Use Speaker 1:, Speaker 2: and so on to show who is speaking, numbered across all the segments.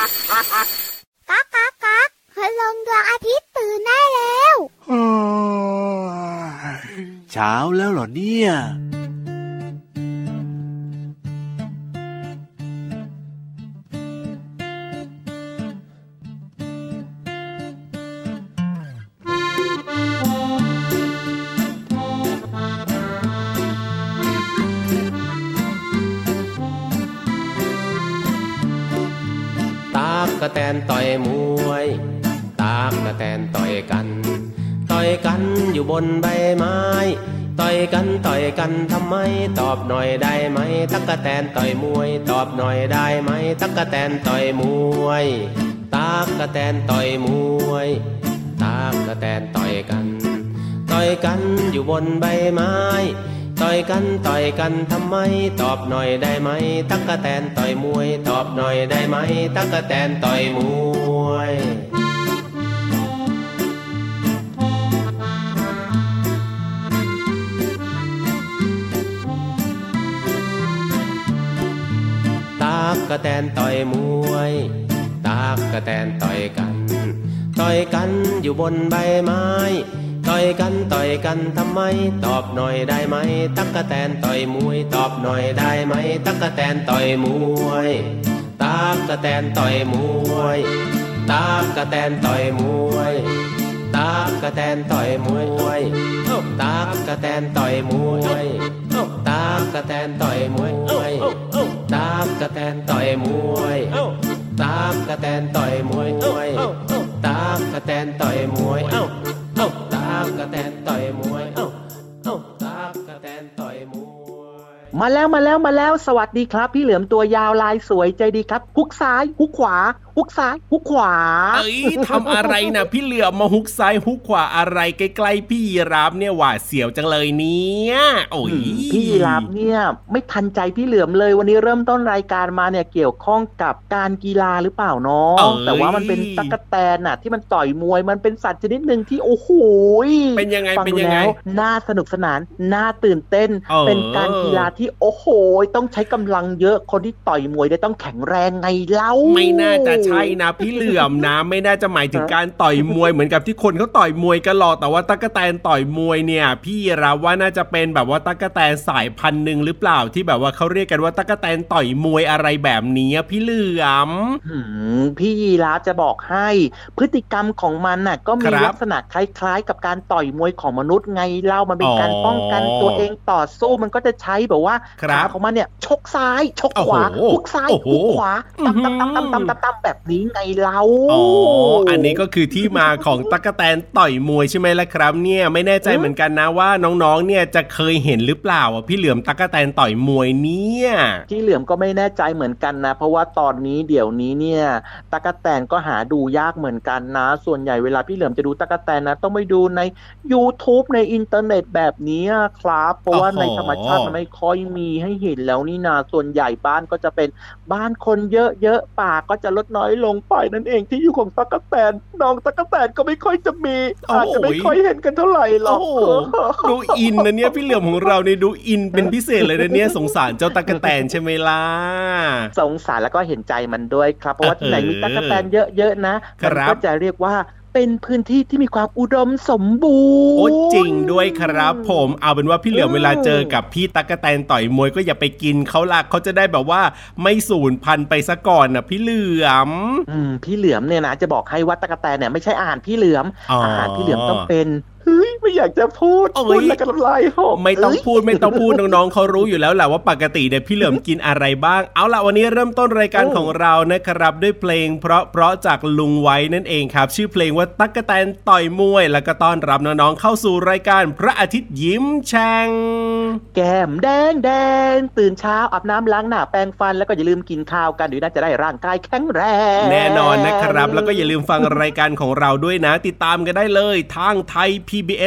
Speaker 1: ก๊ากก๊ากก๊ากพลังดวงอาทิตย์ตื่นได้แล้ว
Speaker 2: เช้าแล้วเหรอเนี่ย
Speaker 3: กระแตนต่อยมวยตากกระแตนต่อยกันอยู่บนใบไม้ต่อยกันทำไมตอบหน่อยได้ไหมตั๊กแตนต่อยมวยตอบหน่อยได้ไหมตั๊กแตนต่อยมวยตากกระแตนต่อยมวยตากกระแตนต่อยกันอยู่บนใบไม้ต่อยกันทำไมตอบหน่อยได้ไหมตั๊กแตนต่อยมวยตอบหน่อยได้ไหมตั๊กแตนต่อยมวยตั๊กแตนต่อยมวยตั๊กแตนต่อยกันอยู่บนใบไม้ต่อยกันทำไมตอบหน่อยได้ไหมตั๊กแตนต่อยมวยตอบหน่อยได้ไหมตั๊กแตนต่อยมวยตั๊กแตนต่อยมวยตั๊กแตนต่อยมวยตั๊กแตนต่อยมวยตั๊กแตนต่อยมวยตั๊กแตนต่อยมวยตั๊กแตนต่อยมวยตั๊กแตนต่อยมวยตั๊กแตนต่อยมวยตั๊กแตนต่อยมวยตั๊กแตนต่อยมวย
Speaker 4: มาแล้วสวัสดีครับพี่เหลือมตัวยาวลายสวยใจดีครับฮุกซ้ายฮุกขวาฮุกซ้ายฮุกขวา
Speaker 5: ทำอะไรนะพี่เหลือมมาฮุกซ้ายฮุกขวาอะไรใกล้ๆพี่ยีราฟเนี่ยหวาดเสียวจังเลยเนี่ยโอ้ย
Speaker 4: พี่ยีราฟเนี่ยไม่ทันใจพี่เหลือมเลยวันนี้เริ่มต้นรายการมาเนี่ยเกี่ยวข้องกับการกีฬาหรือเปล่าเนาะแต่ว่ามันเป็นตั๊กแตนน่ะที่มันต่อยมวยมันเป็นสัตว์ชนิดนึงที่โอ้โห
Speaker 5: เป็นยังไง
Speaker 4: น่าสนุกสนานน่าตื่นเต้นเป็นการกีฬาที่โอ้โหต้องใช้กำลังเยอะคนที่ต่อยมวยได้ต้องแข็งแรงไงเล่า
Speaker 5: ไม่น่าจะใช่นะพี่เหลือมนะไม่น่าจะหมายถึงการต่อยมวยเหมือนกับที่คนเขาต่อยมวยกันหรอกแต่ว่าตั๊กแตนต่อยมวยเนี่ยพี่เราว่าน่าจะเป็นแบบว่าตั๊กแตนสายพันธุ์นึงหรือเปล่าที่แบบว่าเขาเรียกกันว่าตั๊กแตนต่อยมวยอะไรแบบนี้พี่เหลือม
Speaker 4: พี่ยีราฟจะบอกให้พฤติกรรมของมันน่ะก็มีลักษณะคล้ายๆกับการต่อยมวยของมนุษย์ไงเล่ามันเป็นการป้องกันตัวเองต่อสู้มันก็จะใช้แบบว่าขาของมันเนี่ยชกซ้ายชกขวาฮุกซ้ายฮุกขวาตั้มแบบนี้ไงเรา
Speaker 5: อันนี้ก็คือที่มาของตั๊กแตนต่อยมวยใช่ไหมล่ะครับเนี่ยไม่แน่ใจเหมือนกันนะว่าน้องๆเนี่ยจะเคยเห็นหรือเปล่าพี่เหลือมตั๊กแตนต่อยมวยเนี่ย
Speaker 4: พี่เหลือมก็ไม่แน่ใจเหมือนกันนะเพราะว่าตอนนี้เดี๋ยวนี้เนี่ยตั๊กแตนก็หาดูยากเหมือนกันนะส่วนใหญ่เวลาพี่เหลือมจะดูตั๊กแตนนะต้องไปดูใน YouTube ในอินเทอร์เน็ตแบบนี้ครับเพราะว่าในธรรมชาติมันไม่ค่อยมีให้เห็นแล้วนี่นาส่วนใหญ่บ้านก็จะเป็นบ้านคนเยอะๆป่าก็จะลดน้อยลงไปนั่นเองที่อยู่ของตั๊กแตนน้องตั๊กแตนก็ไม่ค่อยจะมีอาจจะไม่ค่อยเห็นกันเท่าไหร่หรอก
Speaker 5: ดูอินนะเนี่ยพี่เหลือมของเราเนี่ยดูอินเป็นพิเศษเลยนะเนี่ยสงสารเจ้าตั๊กแตนใช่ไหมล่ะ
Speaker 4: สงสารแล้วก็เห็นใจมันด้วยครับเพราะว่าที่ไหนมีตั๊กแตนเยอะๆนะมันก็จะเรียกว่าเป็นพื้นที่ที่มีความอุดมสมบูรณ์
Speaker 5: โอ้จริงด้วยครับผมเอาเป็นว่าพี่เหลือมเวลาเจอกับพี่ตั๊กแตนต่อยมวยก็อย่าไปกินเขาละเขาจะได้แบบว่าไม่สูญพันธุ์ไปซะก่อนนะพี่เหลือม
Speaker 4: พี่เหลือมเนี่ยนะจะบอกให้ว่าตั๊กแตนเนี่ยไม่ใช่อาหารพี่เหลือมอาหารพี่เหลือมต้องเป็นเฮ้ยไม่อยากจะพูดแล้วก็น้ำลายหก
Speaker 5: ไม่ต้องพูดน้องๆเขารู้อยู่แล้วแหละว่าปกติเนี่ยพี่เหลือมกินอะไรบ้างเอาล่ะวันนี้เริ่มต้นรายการของเรานะครับด้วยเพลงเพราะจากลุงไว้นั่นเองครับชื่อเพลงว่าตั๊กแตนต่อยมวยแล้วก็ต้อนรับน้องๆเข้าสู่รายการพระอาทิตย์ยิ้มแฉ่ง
Speaker 4: แก้มแดงตื่นเช้าอาบน้ำล้างหน้าแปรงฟันแล้วก็อย่าลืมกินข้าวกันเดี๋ยวน่าจะได้ร่างกายแข็งแรง
Speaker 5: แน่นอนนะครับแล้วก็อย่าลืมฟังรายการของเราด้วยนะติดตามกันได้เลยทางไทยPBS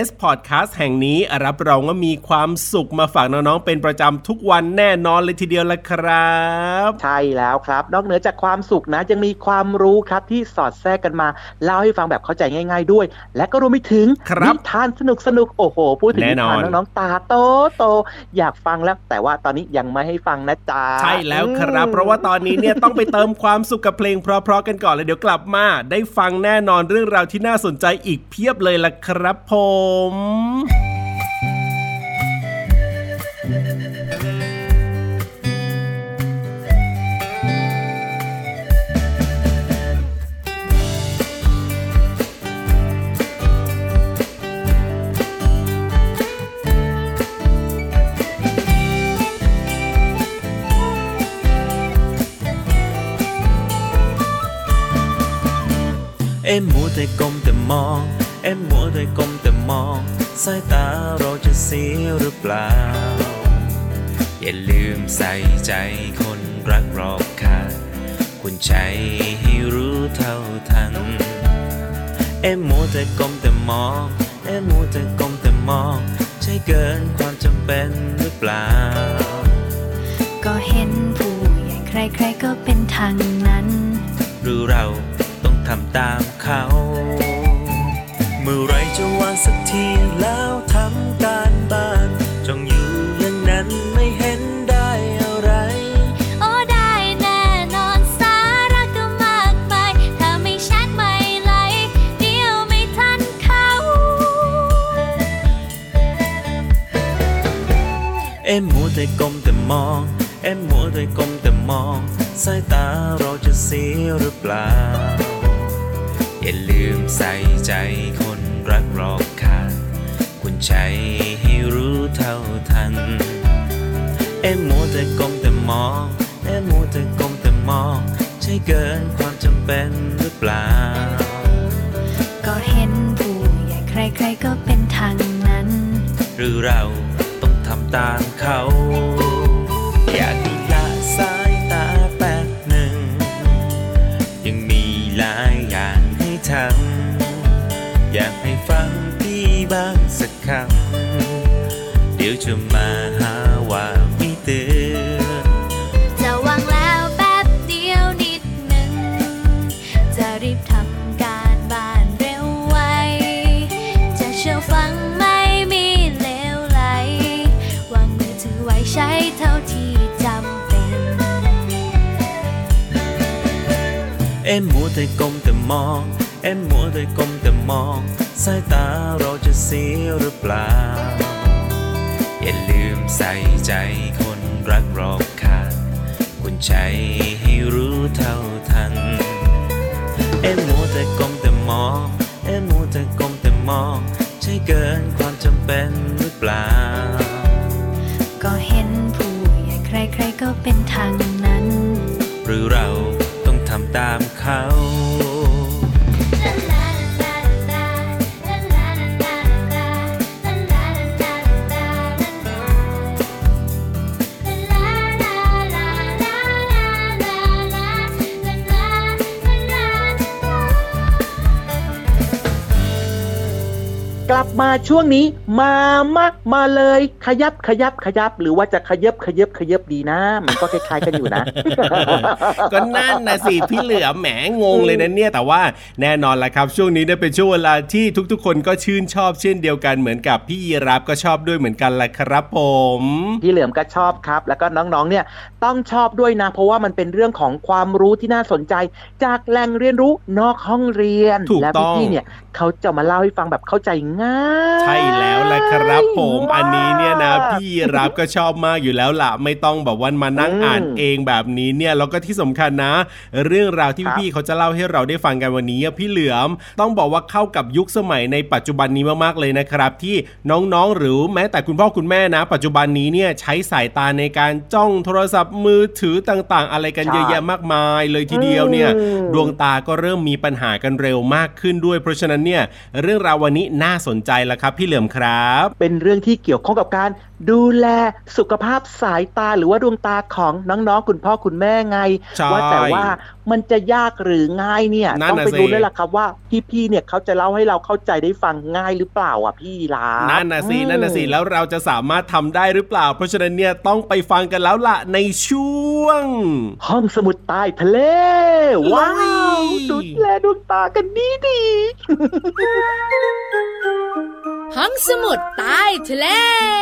Speaker 5: Best Podcast แห่งนี้รับรองว่ามีความสุขมาฝากน้องๆเป็นประจำทุกวันแน่นอนเลยทีเดียวละครับ
Speaker 4: ใช่แล้วครับนอกเหนือจากความสุขนะยังมีความรู้ครับที่สอดแทรกกันมาเล่าให้ฟังแบบเข้าใจง่ายๆด้วยและก็รวมไปถึงนิทานสนุกๆโอ้โหพูดถึงนิทานน้องๆตาโตอยากฟังแล้วแต่ว่าตอนนี้ยังไม่ให้ฟังนะจ๊ะ
Speaker 5: ใช่แล้วครับเพราะว่าตอนนี้เนี่ยต้องไปเติมความสุขกับเพลงเพราะๆกันก่อนเลยเดี๋ยวกลับมาได้ฟังแน่นอนเรื่องราวที่น่าสนใจอีกเพียบเลยล่ะครับผม
Speaker 6: มัวแต่ก้มแต่มองมัวแต่ก้มแต่มองสายตาเราจะเสียหรือเปล่าอย่าลืมใส่ใจคนรักรอบข้างคุณใจให้รู้เท่าทันมัวแต่ก้มแต่มองมัวแต่ก้มแต่มองใช่เกินความจำเป็นหรือเปล่า
Speaker 7: ก็เห็นผู้ใหญ่ใครๆก็เป็นทางนั้น
Speaker 6: หรือเราต้องทำตามเขาเมื่อไรจะวางสักทีแล้วทำการบ้านจ้องอยู่อย่างนั้นไม่เห็นได้อะไร
Speaker 7: โอ้ได้แน่นอนสาระก็มากมายถ้าไม่ชัดไม่ไหลเดี๋ยวไม่ทันเขา
Speaker 6: มัวแต่ก้มแต่มองมัวแต่ก้มแต่มองสายตาเราจะเสียหรือเปล่าอย่าลืมใส่ใจคนรักรอบข้างคุณใจให้รู้เท่าทันมัวแต่ก้มแต่มองมัวแต่ก้มแต่มองใช่เกินความจำเป็นหรือเปล่า
Speaker 7: ก็เห็นผู้ใหญ่ใครๆก็เป็นทางนั้น
Speaker 6: หรือเราต้องทำตามเขาอยากให้ละสายตาแป๊บหนึ่งยังมีหลายอย่างให้ทำอยากให้ฟังพี่บ้างสักคำเดี๋ยวจะมาหาว่าไม่เตือน
Speaker 7: จะวางแล้วแป๊บเดียวนิดหนึ่งจะรีบทำการบ้านเร็วไวจะเชื่อฟังไม่มีเลวไหลวางมือถือไว้ใช้เท่าที่จำเป็น
Speaker 6: มัวแต่ก้มแต่มองมัวแต่ก้มแต่มองสายตาเราจะเสียหรือเปล่าอย่าลืมใส่ใจคนรักรอบข้างคุณใจให้รู้เท่าทันมัวแต่ก้มแต่มองมัวแต่ก้มแต่มองใช่เกินความจำเป็นหรือเปล่า
Speaker 7: ก็เห็นผู้ใหญ่ใครๆก็เป็นทางนั้น
Speaker 6: หรือเราต้องทำตามเขา
Speaker 4: กลับมาช่วงนี้มาเลยขยับหรือว่าจะขยับดีนะมันก็คล้ายๆกันอยู่นะ
Speaker 5: ก็นั่นนะสิพี่เหลือแหมงงเลยนะเนี่ยแต่ว่าแน่นอนละครับช่วงนี้เนี่ยเป็นช่วงเวลาที่ทุกๆคนก็ชื่นชอบเช่นเดียวกันเหมือนกับพี่ยีรับก็ชอบด้วยเหมือนกันแหละครับผม
Speaker 4: พี่เหลือมก็ชอบครับแล้วก็น้องๆเนี่ยต้องชอบด้วยนะเพราะว่ามันเป็นเรื่องของความรู้ที่น่าสนใจจากแหล่งเรียนรู้นอกห้องเรียนและพี่เนี่ยเขาจะมาเล่าให้ฟังแบบเข้าใจง่าย
Speaker 5: ใช่แล้วแหละครับผมอันนี้เนี่ยนะพี่รับก็ชอบมากอยู่แล้วล่ะไม่ต้องแบบว่ามานั่งอ่านเองแบบนี้เนี่ยแล้วก็ที่สำคัญนะเรื่องราวที่พี่เขาจะเล่าให้เราได้ฟังกันวันนี้พี่เหลือมต้องบอกว่าเข้ากับยุคสมัยในปัจจุบันนี้มากๆเลยนะครับที่น้องๆหรือแม้แต่คุณพ่อคุณแม่นะปัจจุบันนี้เนี่ยใช้สายตาในการจ้องโทรศัพท์มือถือต่างๆอะไรกันเยอะแยะมากมายเลยทีเดียวเนี่ยดวงตาก็เริ่มมีปัญหากันเร็วมากขึ้นด้วยเพราะฉะนั้นเนี่ยเรื่องราววันนี้น่าสสนใจล่ะครับพี่เหลือมครับ
Speaker 4: เป็นเรื่องที่เกี่ยวข้องกับการดูแลสุขภาพสายตาหรือว่าดวงตาของน้องๆคุณพ่อคุณแม่ไงว่าแต่ว่ามันจะยากหรือง่ายเนี่ยต้องไปดูด้วยล่ะครับว่าพี่ๆเนี่ยเขาจะเล่าให้เราเข้าใจได้ฟังง่ายหรือเปล่าอ่ะพี่ลา
Speaker 5: นั่นน่ะสิแล้วเราจะสามารถทำได้หรือเปล่าเพราะฉะนั้นเนี่ยต้องไปฟังกันแล้วล่ะในช่วง
Speaker 4: ห้องสมุดใต้ทะเลว้าวดูแลดวงตากันดี
Speaker 8: ห้องสมุดใต้ทะเล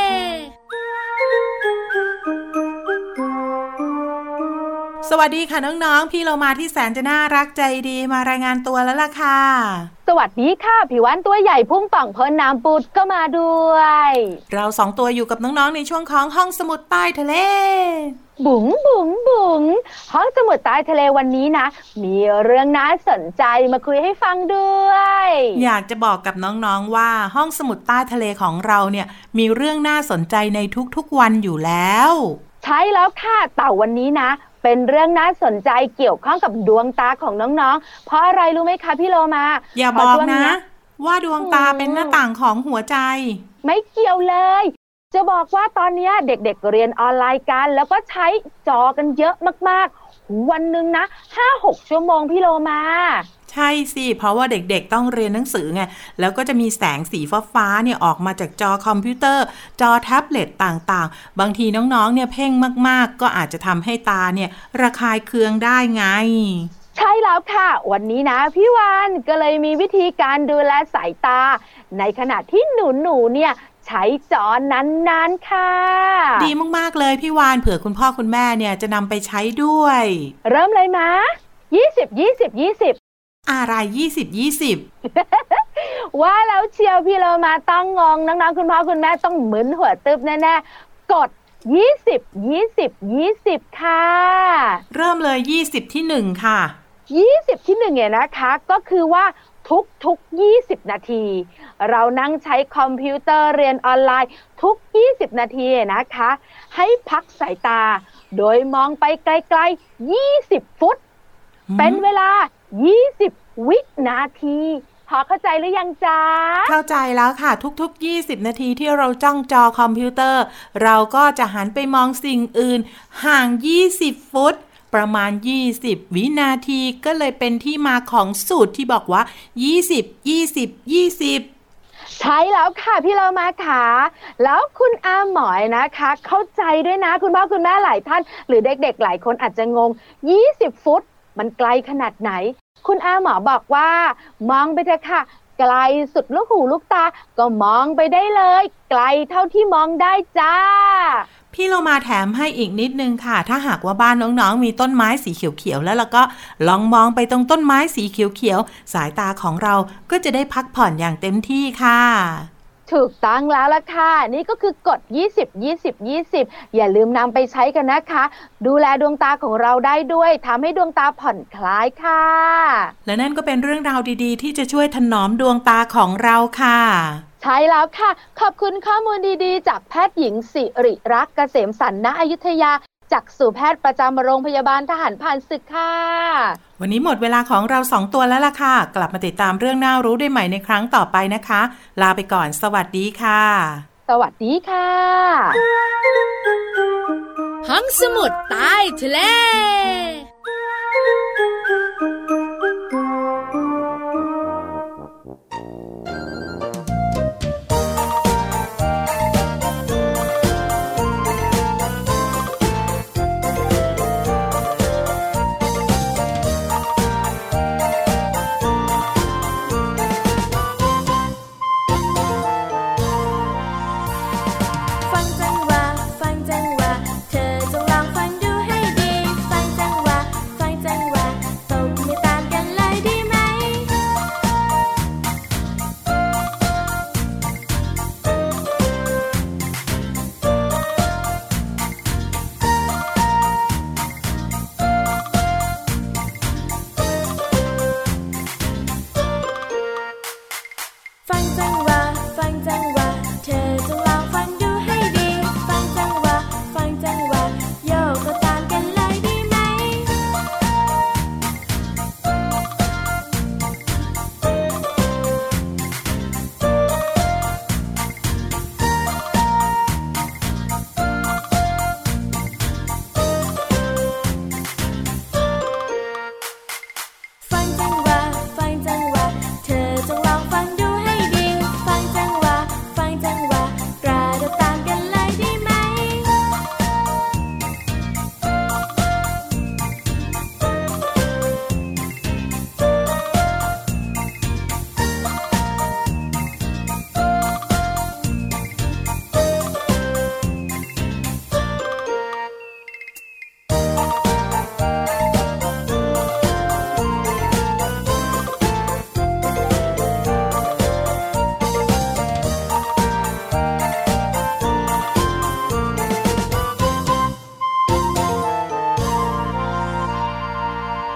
Speaker 9: สวัสดีค่ะน้องๆพี่เรามาที่แสนจะน่ารักใจดีมารายงานตัวแล้วล่ะค่ะ
Speaker 10: สวัสดีค่ะผิววันตัวใหญ่พุ่งป่องพ้นน้ำปูดก็มาด้วย
Speaker 9: เราสองตัวอยู่กับน้องๆในช่วงของห้องสมุดใต้ทะเล
Speaker 10: บุ๋งบุ๋งบุ๋งห้องสมุดใต้ทะเลวันนี้นะมีเรื่องน่าสนใจมาคุยให้ฟังด้วย
Speaker 9: อยากจะบอกกับน้องๆว่าห้องสมุดใต้ทะเลของเราเนี่ยมีเรื่องน่าสนใจในทุกๆวันอยู่แล้ว
Speaker 10: ใช่แล้วค่ะแต่วันนี้นะเป็นเรื่องน่าสนใจเกี่ยวข้องกับดวงตาของน้องๆเพราะอะไรรู้ไหมคะพี่โลมา
Speaker 9: อย่าบอกนะว่าดวงตาเป็นหน้าต่างของหัวใจ
Speaker 10: ไม่เกี่ยวเลยจะบอกว่าตอนนี้เด็กๆเรียนออนไลน์กันแล้วก็ใช้จอกันเยอะมากๆวันนึงนะ 5-6 ชั่วโมงพี่โลมา
Speaker 9: ใช่สิเพราะว่าเด็กๆต้องเรียนหนังสือไงแล้วก็จะมีแสงสีฟ้าๆเนี่ยออกมาจากจอคอมพิวเตอร์จอแท็บเล็ตต่างๆบางทีน้องๆเนี่ยเพ่งมากๆก็อาจจะทำให้ตาเนี่ยระคายเคืองได้ไง
Speaker 10: ใช่แล้วค่ะวันนี้นะพี่วานก็เลยมีวิธีการดูแลสายตาในขณะที่หนูเนี่ยใช้จอนานๆค่ะ
Speaker 9: ดีมากๆเลยพี่วานเผื่อคุณพ่อคุณแม่เนี่ยจะนำไปใช้ด้วย
Speaker 10: เริ่มเลยมะ20
Speaker 9: อะไร
Speaker 10: 20ว่าแล้วเชียวพี่เรามาต้องงงน้องๆคุณพ่อคุณแม่ต้องมึนหัวตึบแน่ๆกด20ค่ะ
Speaker 9: เริ่มเลย20ที่1ค่ะ
Speaker 10: 20ที่1เนี่ยนะคะก็คือว่าทุก20นาทีเรานั่งใช้คอมพิวเตอร์เรียนออนไลน์ทุก20นาทีนะคะให้พักสายตาโดยมองไปไกลๆ20ฟุตเป็นเวลา20วินาทีพอเข้าใจหรือยังจ๊ะ
Speaker 9: เข้าใจแล้วค่ะทุกๆ20นาทีที่เราจ้องจอคอมพิวเตอร์เราก็จะหันไปมองสิ่งอื่นห่าง20ฟุตประมาณ20วินาทีก็เลยเป็นที่มาของสูตรที่บอกว่า20
Speaker 10: ใช่แล้วค่ะพี่เรามาค่ะแล้วคุณอาหมอยนะคะเข้าใจด้วยนะคุณพ่อคุณแม่หลายท่านหรือเด็กๆหลายคนอาจจะงง20ฟุตมันไกลขนาดไหนคุณอาหมอบอกว่ามองไปเถอะค่ะไกลสุดลูกหูลูกตาก็มองไปได้เลยไกลเท่าที่มองได้จ้า
Speaker 9: พี่เรามาแถมให้อีกนิดนึงค่ะถ้าหากว่าบ้านน้องๆมีต้นไม้สีเขียวๆแล้วก็ลองมองไปตรงต้นไม้สีเขียวๆสายตาของเราก็จะได้พักผ่อนอย่างเต็มที่ค่ะ
Speaker 10: ถูกต้องแล้วล่ะค่ะนี่ก็คือกฎ20อย่าลืมนำไปใช้กันนะคะดูแลดวงตาของเราได้ด้วยทำให้ดวงตาผ่อนคลายค่ะ
Speaker 9: และนั่นก็เป็นเรื่องราวดีๆที่จะช่วยถนอมดวงตาของเราค่ะ
Speaker 10: ใช่แล้วค่ะขอบคุณข้อมูลดีๆจากแพทย์หญิงสิริรักษ์เกษมสันต์ณอยุธยาจากสู่แพทย์ประจำโรงพยาบาลทหารผ่านศึกค่ะ
Speaker 9: วันนี้หมดเวลาของเรา2ตัวแล้วล่ะค่ะกลับมาติดตามเรื่องน่ารู้ได้ใหม่ในครั้งต่อไปนะคะลาไปก่อนสวัสดีค่ะ
Speaker 10: สวัสดีค่ะ
Speaker 8: ห้องสมุดใต้ทะเล
Speaker 7: ฟังจังหวะเธอจงลองฟังดูให้ดีฟังจังหวะ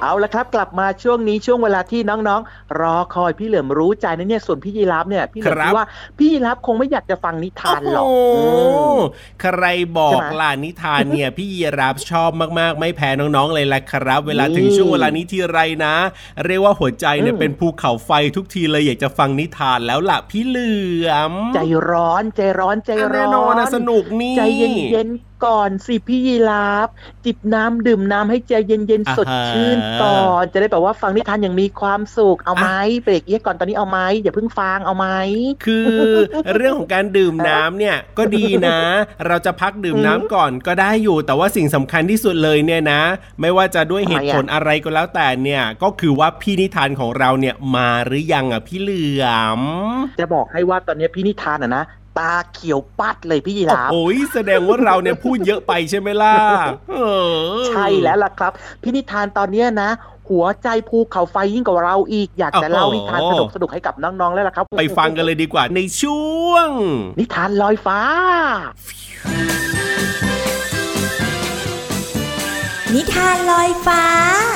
Speaker 4: เอาละครับกลับมาช่วงนี้ช่วงเวลาที่น้องๆรอคอยพี่เหลิมรู้ใจนะเนี่ยส่วนพี่ยีราฟเนี่ยพี่เหลิมคิดว่าพี่ยีราฟคงไม่อยากจะฟังนิทานหรอก
Speaker 5: ใครบอกล่ะนิทานเนี่ยพี่ยีราฟชอบมากๆไม่แพ้น้องๆเลยแหละครับเวลาถึงช่วงเวลานี้ทีไรนะเรียกว่าหัวใจเนี่ยเป็นภูเขาไฟทุกทีเลยอยากจะฟังนิทานแล้วล่ะพี่เหลือม
Speaker 4: ใจร้อน
Speaker 5: แน่นอนนะสนุกนี่
Speaker 4: ใจเย็นๆก่อนสิพี่ยีราฟจิบน้ำดื่มน้ำให้ใจเย็นๆสดชื่นก่อนจะได้แบบว่าฟังนิทานอย่างมีความสุขเอาไหมเบรกเอี๊ยก่อนตอนนี้เอาไหมอย่าเพิ่งฟังเอาไหม
Speaker 5: คือเรื่องของการดื่มน้ำเนี่ยก็ดีนะเราจะพักดื่มน้ำก่อนก็ได้อยู่แต่ว่าสิ่งสำคัญที่สุดเลยเนี่ยนะไม่ว่าจะด้วยเหตุผลอะไรก็แล้วแต่เนี่ยก็คือว่าพี่นิทานของเราเนี่ยมาหรือยังอ่ะพี่เหลือม
Speaker 4: จะบอกให้ว่าตอนนี้พี่นิทานนะตาเขียวปัดเลยพี่ยีราฟ
Speaker 5: โอ้ยแสดงว่าเราเนี่ยพูดเยอะไปใช่ไหมล่ะ
Speaker 4: ใช่แล้วล่ะครับพี่นิทานตอนนี้นะหัวใจภูเขาไฟยิ่งกว่าเราอีกอยากจะเล่านิทานสนุกให้กับน้องๆแล้วล่ะครับ
Speaker 5: ไปฟังกันเลยดีกว่าในช่วง
Speaker 4: นิทานลอยฟ้า
Speaker 11: นิทานลอยฟ้า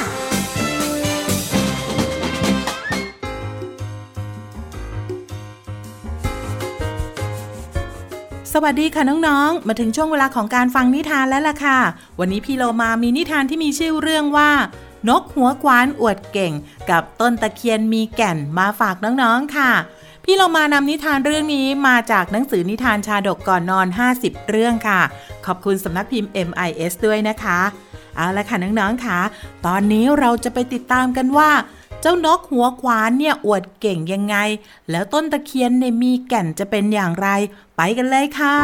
Speaker 9: สวัสดีค่ะน้องๆมาถึงช่วงเวลาของการฟังนิทานแล้วล่ะค่ะวันนี้พี่โลมามีนิทานที่มีชื่อเรื่องว่านกหัวกวานอวดเก่งกับต้นตะเคียนมีแก่นมาฝากน้องๆค่ะพี่โลมานำนิทานเรื่องนี้มาจากหนังสือนิทานชาดกก่อนนอน50เรื่องค่ะขอบคุณสำนักพิมพ์ MIS ด้วยนะคะเอาละค่ะน้องๆค่ะตอนนี้เราจะไปติดตามกันว่าเจ้านกหัวขวานเนี่ยอวดเก่งยังไงแล้วต้นตะเคียนเนี่ยมีแก่นจะเป็นอย่างไรไปกันเลยค่ะ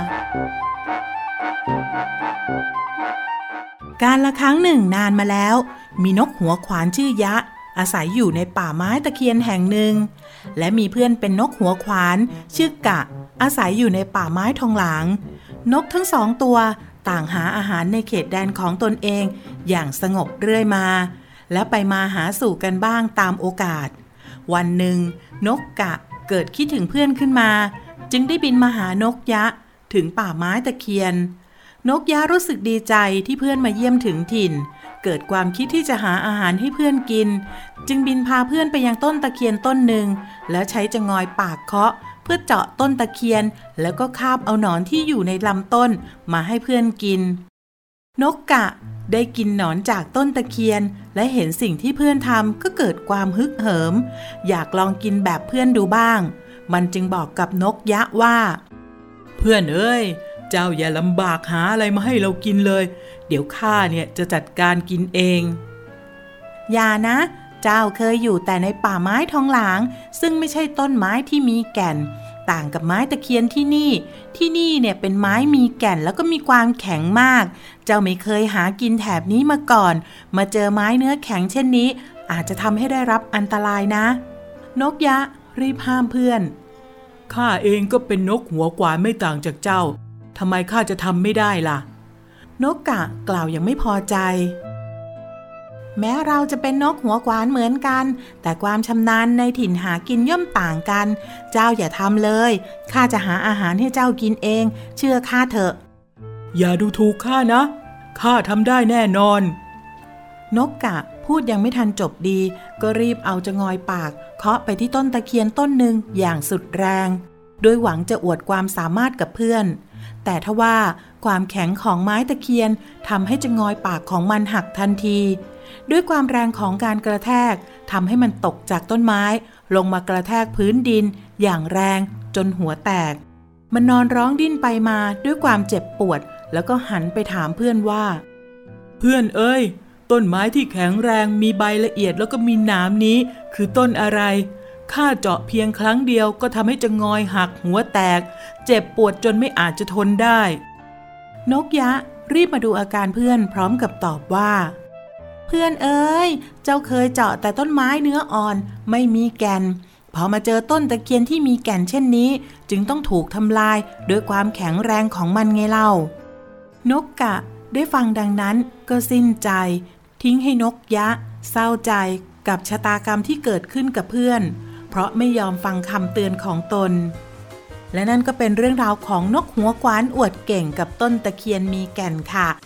Speaker 9: การละครั้งหนึ่งนานมาแล้วมีนกหัวขวานชื่อยะอาศัยอยู่ในป่าไม้ตะเคียนแห่งหนึ่งและมีเพื่อนเป็นนกหัวขวานชื่อกะอาศัยอยู่ในป่าไม้ทองหลางนกทั้งสองตัวต่างหาอาหารในเขตแดนของตนเองอย่างสงบเรื่อยมาและไปมาหาสู่กันบ้างตามโอกาสวันหนึ่งนกกะเกิดคิดถึงเพื่อนขึ้นมาจึงได้บินมาหานกยะถึงป่าไม้ตะเคียนนกยะรู้สึกดีใจที่เพื่อนมาเยี่ยมถึงถิ่นเกิดความคิดที่จะหาอาหารให้เพื่อนกินจึงบินพาเพื่อนไปยังต้นตะเคียนต้นหนึ่งแล้วใช้จงอยปากเคาะเพื่อเจาะต้นตะเคียนแล้วก็คาบเอาหนอนที่อยู่ในลำต้นมาให้เพื่อนกินนกกะได้กินหนอนจากต้นตะเคียนและเห็นสิ่งที่เพื่อนทำก็เกิดความฮึกเหิมอยากลองกินแบบเพื่อนดูบ้างมันจึงบอกกับนกยะว่าเพื่อนเอ้ยเจ้าอย่าลำบากหาอะไรมาให้เรากินเลยเดี๋ยวข้าเนี่ยจะจัดการกินเองอย่านะเจ้าเคยอยู่แต่ในป่าไม้ทองหลางซึ่งไม่ใช่ต้นไม้ที่มีแก่นต่างกับไม้ตะเคียนที่นี่เนี่ยเป็นไม้มีแก่นแล้วก็มีความแข็งมากเจ้าไม่เคยหากินแถบนี้มาก่อนมาเจอไม้เนื้อแข็งเช่นนี้อาจจะทำให้ได้รับอันตรายนะนกยะรีบห้ามเพื่อนข้าเองก็เป็นนกหัวกวานไม่ต่างจากเจ้าทำไมข้าจะทำไม่ได้ล่ะนกกะกล่าวอย่างไม่พอใจแม้เราจะเป็นนกหัวกวานเหมือนกันแต่ความชำนาญในถิ่นหากินย่อมต่างกันเจ้าอย่าทำเลยข้าจะหาอาหารให้เจ้ากินเองเชื่อข้าเถอะอย่าดูถูกข้านะข้าทำได้แน่นอนนกกะพูดยังไม่ทันจบดีก็รีบเอาจงอยปากเคาะไปที่ต้นตะเคียนต้นหนึ่งอย่างสุดแรงโดยหวังจะอวดความสามารถกับเพื่อนแต่ทว่าความแข็งของไม้ตะเคียนทำให้จงอยปากของมันหักทันทีด้วยความแรงของการกระแทกทำให้มันตกจากต้นไม้ลงมากระแทกพื้นดินอย่างแรงจนหัวแตกมันนอนร้องดิ้นไปมาด้วยความเจ็บปวดแล้วก็หันไปถามเพื่อนว่าเพื่อนเอ้ยต้นไม้ที่แข็งแรงมีใบละเอียดแล้วก็มีหนามนี้คือต้นอะไรข้าเจาะเพียงครั้งเดียวก็ทำให้จงอยหักหัวแตกเจ็บปวดจนไม่อาจจะทนได้นกยะรีบมาดูอาการเพื่อนพร้อมกับตอบว่าเพื่อนเอ้ยเจ้าเคยเจาะแต่ต้นไม้เนื้ออ่อนไม่มีแก่นพอมาเจอต้นตะเคียนที่มีแก่นเช่นนี้จึงต้องถูกทำลายด้วยความแข็งแรงของมันไงเล่านกกะได้ฟังดังนั้นก็สิ้นใจทิ้งให้นกยะเศร้าใจกับชะตากรรมที่เกิดขึ้นกับเพื่อนเพราะไม่ยอมฟังคำเตือนของตนและนั่นก็เป็นเรื่องราวของนกหัวกวานอวดเก่งกับต้นตะเคียนมีแก่นค่ะ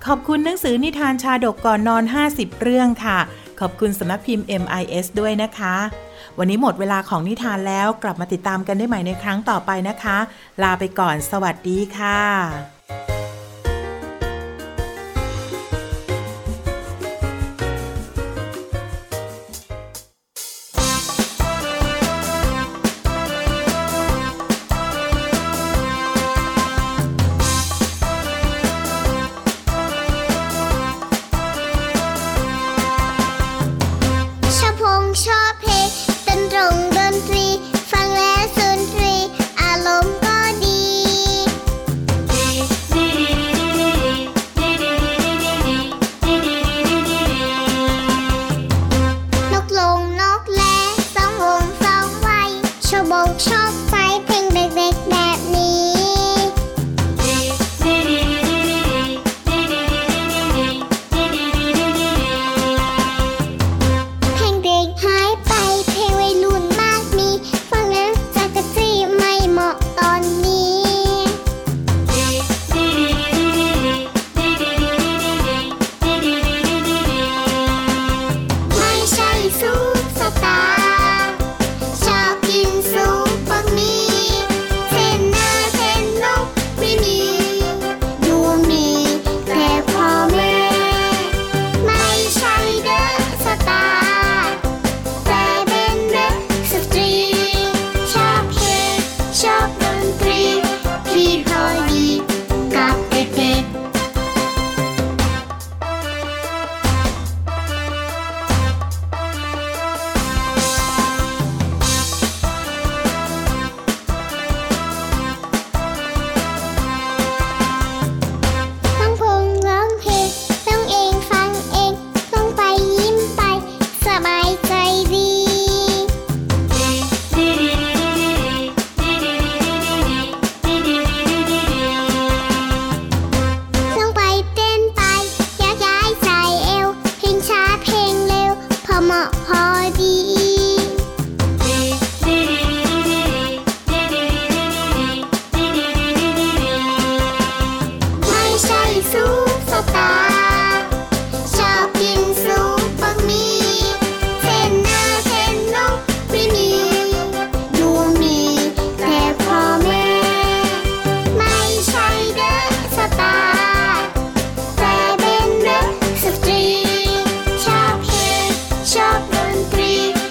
Speaker 9: ขอบคุณหนังสือนิทานชาดกก่อนนอน50เรื่องค่ะขอบคุณสำนักพิมพ์ MIS ด้วยนะคะวันนี้หมดเวลาของนิทานแล้วกลับมาติดตามกันได้ใหม่ในครั้งต่อไปนะคะลาไปก่อนสวัสดีค่ะ
Speaker 1: ชอบเพลงดนตรีฟังแล้วสุนทรีอารมณ์ก็ดีนกลงนกแลสองวงสองไว้ชอบใจเพลงเด็กๆแบบนี้ชอบดนตรี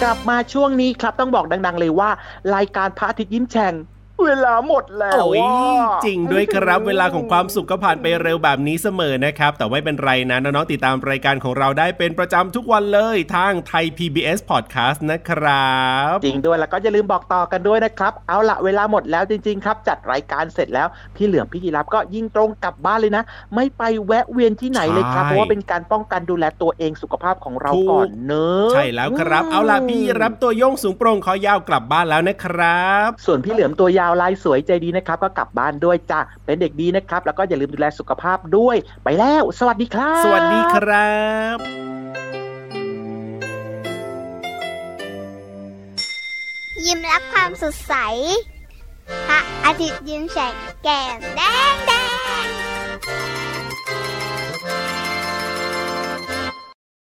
Speaker 4: ลับมาช่วงนี้ครับต้องบอกดังๆเลยว่ารายการพระอาทิตย์ยิ้มแฉ่งเวลาหมดแล้ว
Speaker 5: จริงด้วยครับเวลาของความสุขก็ผ่านไปเร็วแบบนี้เสมอนะครับแต่ไม่เป็นไรนะน้องๆติดตามรายการของเราได้เป็นประจำทุกวันเลยทางไทย PBS Podcast นะครับ
Speaker 4: จริงด้วยแล้วก็อย่าลืมบอกต่อกันด้วยนะครับเอาละเวลาหมดแล้วจริงๆครับจัดรายการเสร็จแล้วพี่เหลือมพี่ยีรับก็ยิ่งตรงกลับบ้านเลยนะไม่ไปแวะเวียนที่ไหนเลยครับเพราะว่าเป็นการป้องกันดูแลตัวเองสุขภาพของเราก่อนเนอะ
Speaker 5: ใช่แล้วครับเอาละพี่ยีรับตัวโยงสูงโปร่งคอยาวกลับบ้านแล้วนะครับ
Speaker 4: ส่วนพี่เหลือมตัวยาวลายสวยใจดีนะครับก็กลับบ้านด้วยจ้ะเป็นเด็กดีนะครับแล้วก็อย่าลืมดูแลสุขภาพด้วยไปแล้วสวัสดีครับ
Speaker 5: สวัสดีครับ
Speaker 1: ยิ้มรับความสดใสพระอาทิตย์ยิ้มแฉกแก้มแดง